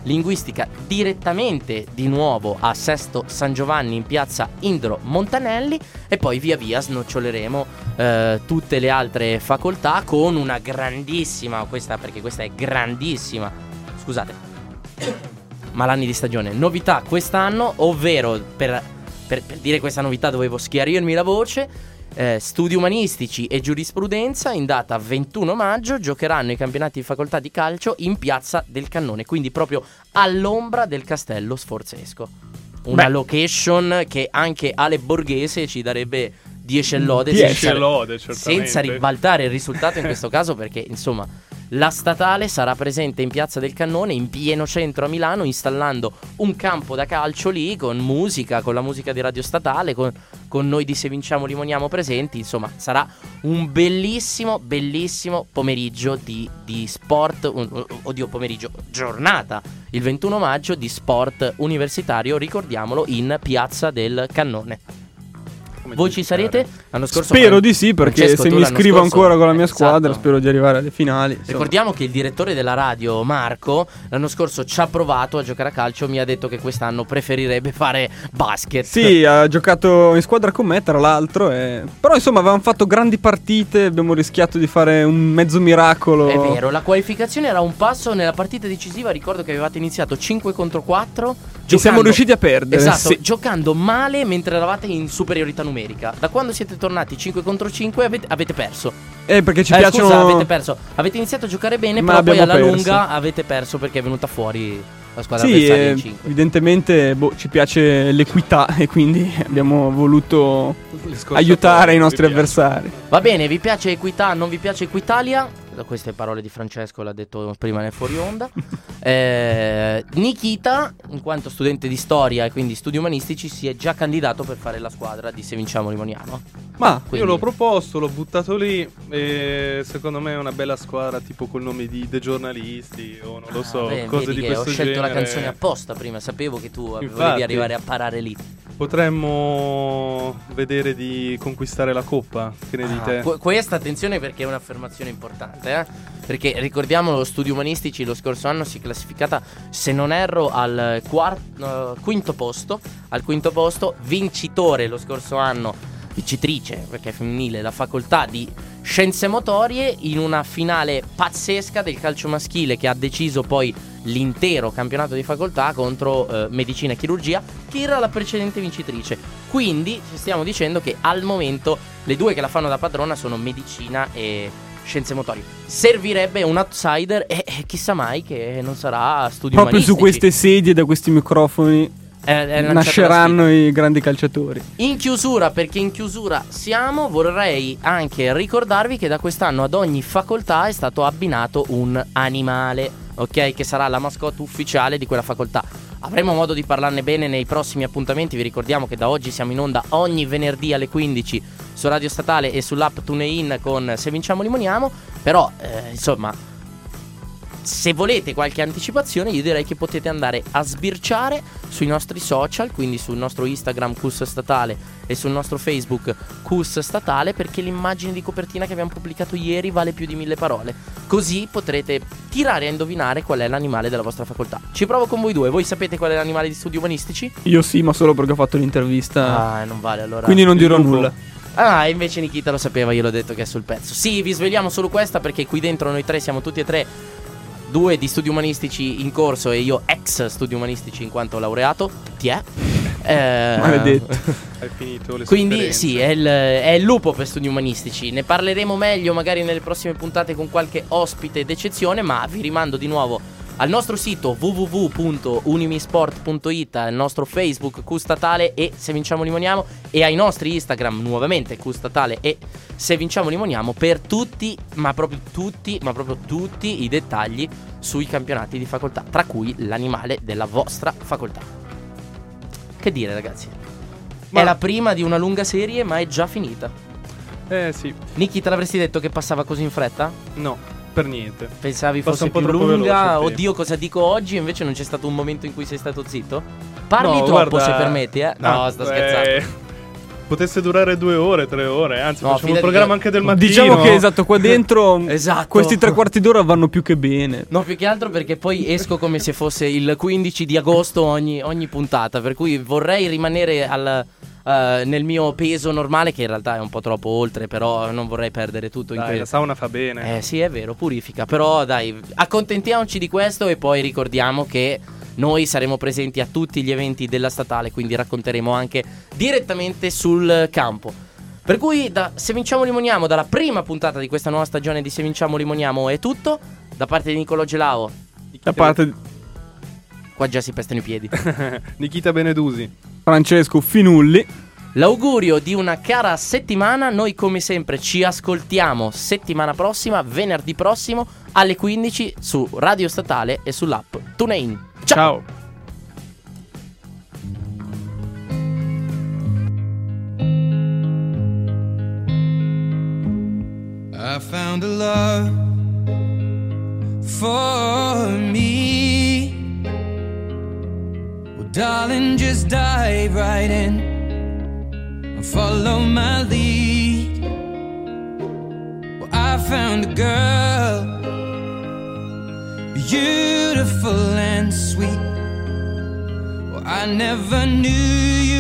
[SPEAKER 1] linguistica direttamente di nuovo a Sesto San Giovanni in piazza Indro Montanelli, e poi via via snoccioleremo eh, tutte le altre facoltà con una grandissima, questa perché questa è grandissima, scusate, malanni di stagione, novità quest'anno, ovvero per, per, per dire questa novità dovevo schiarirmi la voce. Eh, studi umanistici e giurisprudenza in data ventuno maggio giocheranno i campionati di facoltà di calcio in piazza del Cannone, quindi proprio all'ombra del Castello Sforzesco. Una Beh. location che anche Ale Borghese ci darebbe dieci lode, senza,
[SPEAKER 2] lode
[SPEAKER 1] senza ribaltare il risultato in questo caso, perché insomma la statale sarà presente in piazza del Cannone in pieno centro a Milano, installando un campo da calcio lì con musica, con la musica di Radio Statale, con, con noi di Se Vinciamo Limoniamo presenti. Insomma sarà un bellissimo bellissimo pomeriggio di, di sport, un, oddio pomeriggio, giornata il ventuno maggio di sport universitario, ricordiamolo, in piazza del Cannone. Voi ci sarete? L'anno scorso
[SPEAKER 6] spero di sì, perché
[SPEAKER 1] Francesco,
[SPEAKER 6] se mi iscrivo
[SPEAKER 1] scorso,
[SPEAKER 6] ancora con la mia
[SPEAKER 1] esatto.
[SPEAKER 6] squadra spero di arrivare alle finali, insomma.
[SPEAKER 1] Ricordiamo che il direttore della radio, Marco, l'anno scorso ci ha provato a giocare a calcio, mi ha detto che quest'anno preferirebbe fare basket.
[SPEAKER 6] Sì, ha giocato in squadra con me tra l'altro, e... però insomma avevamo fatto grandi partite, abbiamo rischiato di fare un mezzo miracolo.
[SPEAKER 1] È vero, la qualificazione era un passo nella partita decisiva, ricordo che avevate iniziato cinque contro quattro
[SPEAKER 6] e siamo riusciti a perdere.
[SPEAKER 1] Esatto,
[SPEAKER 6] sì.
[SPEAKER 1] giocando male mentre eravate in superiorità numerica. Da quando siete tornati cinque contro cinque avete, avete perso.
[SPEAKER 6] Eh perché ci
[SPEAKER 1] eh,
[SPEAKER 6] piacciono.
[SPEAKER 1] Scusa, avete perso. Avete iniziato a giocare bene,
[SPEAKER 6] Ma
[SPEAKER 1] però poi alla
[SPEAKER 6] perso.
[SPEAKER 1] lunga avete perso perché è venuta fuori la squadra
[SPEAKER 6] sì,
[SPEAKER 1] avversaria
[SPEAKER 6] eh,
[SPEAKER 1] in cinque.
[SPEAKER 6] Evidentemente boh, ci piace l'equità e quindi abbiamo voluto aiutare i nostri avversari.
[SPEAKER 1] Va bene, vi piace Equità, non vi piace Equitalia? Queste parole di Francesco l'ha detto prima nel fuori onda. eh, Nikita, in quanto studente di storia e quindi studi umanistici, si è già candidato per fare la squadra di Se Vinciamo Limoniamo.
[SPEAKER 2] Ma
[SPEAKER 1] quindi...
[SPEAKER 2] io l'ho proposto, l'ho buttato lì e secondo me è una bella squadra tipo col nome di The Giornalisti o non lo
[SPEAKER 1] ah,
[SPEAKER 2] so,
[SPEAKER 1] beh,
[SPEAKER 2] cose di
[SPEAKER 1] che
[SPEAKER 2] questo
[SPEAKER 1] ho scelto
[SPEAKER 2] genere.
[SPEAKER 1] la canzone apposta prima, sapevo che tu
[SPEAKER 2] Infatti,
[SPEAKER 1] volevi arrivare a parare lì.
[SPEAKER 2] Potremmo vedere di conquistare la coppa, che ne
[SPEAKER 1] Ah,
[SPEAKER 2] dite?
[SPEAKER 1] qu- questa attenzione perché è un'affermazione importante, eh? Perché ricordiamo lo Studi Umanistici lo scorso anno si è classificata, se non erro, al quarto, uh, quinto posto, al quinto posto, vincitore lo scorso anno, vincitrice perché è femminile, la facoltà di Scienze Motorie, in una finale pazzesca del calcio maschile che ha deciso poi l'intero campionato di facoltà contro eh, Medicina e Chirurgia, che era la precedente vincitrice. Quindi stiamo dicendo che al momento le due che la fanno da padrona sono Medicina e Scienze Motorie. Servirebbe un outsider e eh, chissà mai che non sarà Studi
[SPEAKER 6] Proprio
[SPEAKER 1] Umanistici.
[SPEAKER 6] su queste sedie, da questi microfoni
[SPEAKER 1] È, è
[SPEAKER 6] nasceranno i grandi calciatori.
[SPEAKER 1] In chiusura, perché in chiusura siamo, vorrei anche ricordarvi che da quest'anno ad ogni facoltà è stato abbinato un animale, ok? Che sarà la mascotte ufficiale di quella facoltà. Avremo modo di parlarne bene nei prossimi appuntamenti. Vi ricordiamo che da oggi siamo in onda ogni venerdì alle quindici su Radio Statale e sull'app TuneIn con Se Vinciamo Limoniamo. Però, eh, insomma, se volete qualche anticipazione, io direi che potete andare a sbirciare sui nostri social, quindi sul nostro Instagram C U S Statale e sul nostro Facebook C U S Statale, perché l'immagine di copertina che abbiamo pubblicato ieri vale più di mille parole. Così potrete tirare a indovinare qual è l'animale della vostra facoltà. Ci provo con voi due. Voi sapete qual è l'animale di Studi Umanistici?
[SPEAKER 6] Io sì, ma solo perché ho fatto l'intervista.
[SPEAKER 1] Ah, non vale allora.
[SPEAKER 6] Quindi non dirò nulla.
[SPEAKER 1] Ah, invece Nikita lo sapeva, io l'ho detto che è sul pezzo. Sì, vi svegliamo solo questa perché qui dentro noi tre siamo tutti e tre due di studi umanistici in corso e io ex studi umanistici in quanto laureato. Ti è? Eh,
[SPEAKER 6] Maledetto.
[SPEAKER 2] Hai finito le
[SPEAKER 1] Quindi
[SPEAKER 2] sofferenze.
[SPEAKER 1] sì, è il, è il lupo per studi umanistici. Ne parleremo meglio magari nelle prossime puntate con qualche ospite d'eccezione, ma vi rimando di nuovo al nostro sito w w w punto unimisport punto i t, al nostro Facebook C U Statale e Se Vinciamo Limoniamo, e ai nostri Instagram nuovamente C U Statale e Se Vinciamo Limoniamo per tutti, ma proprio tutti, ma proprio tutti i dettagli sui campionati di facoltà, tra cui l'animale della vostra facoltà. Che dire, ragazzi?
[SPEAKER 2] Ma-
[SPEAKER 1] È la prima di una lunga serie, ma è già finita.
[SPEAKER 2] Eh sì,
[SPEAKER 1] Niki, te l'avresti detto che passava così in fretta?
[SPEAKER 2] no, per niente.
[SPEAKER 1] Pensavi
[SPEAKER 2] Passa
[SPEAKER 1] fosse
[SPEAKER 2] un po'
[SPEAKER 1] più
[SPEAKER 2] troppo
[SPEAKER 1] lunga?
[SPEAKER 2] veloce, sì.
[SPEAKER 1] Oddio, cosa dico oggi? Invece non c'è stato un momento in cui sei stato zitto? Parli
[SPEAKER 2] No,
[SPEAKER 1] troppo,
[SPEAKER 2] guarda-
[SPEAKER 1] se permetti, eh? No,
[SPEAKER 2] Ah,
[SPEAKER 1] sto
[SPEAKER 2] eh,
[SPEAKER 1] scherzando.
[SPEAKER 2] potesse durare due ore, tre ore, anzi
[SPEAKER 1] No,
[SPEAKER 2] facciamo un
[SPEAKER 1] fidati
[SPEAKER 2] programma
[SPEAKER 1] che-
[SPEAKER 2] anche del mattino.
[SPEAKER 6] Diciamo che esatto, qua dentro
[SPEAKER 1] Esatto.
[SPEAKER 6] questi tre quarti d'ora vanno più che bene.
[SPEAKER 1] No, più che altro perché poi esco come se fosse il quindici di agosto ogni, ogni puntata. Per cui vorrei rimanere al, eh, nel mio peso normale, che in realtà è un po' troppo oltre. Però non vorrei perdere tutto in
[SPEAKER 2] Dai,
[SPEAKER 1] que-
[SPEAKER 2] la sauna fa bene.
[SPEAKER 1] Eh sì, è vero, purifica. Però dai, accontentiamoci di questo e poi ricordiamo che noi saremo presenti a tutti gli eventi della statale, quindi racconteremo anche direttamente sul campo. Per cui da Se Vinciamo Limoniamo, dalla prima puntata di questa nuova stagione di Se Vinciamo Limoniamo è tutto. Da parte di Nicolò Gelao,
[SPEAKER 6] Da parte di
[SPEAKER 1] qua già si pestano i piedi,
[SPEAKER 2] Nikita Benedusi.
[SPEAKER 6] Francesco Finulli.
[SPEAKER 1] l'augurio di una cara settimana. Noi come sempre ci ascoltiamo settimana prossima, venerdì prossimo alle quindici su Radio Statale e sull'app TuneIn. Ciao.
[SPEAKER 2] Ciao.
[SPEAKER 4] I found a love for me. Well, darling, just dive right in and follow my lead. Well, I found a girl, beautiful and sweet. Well, I never knew you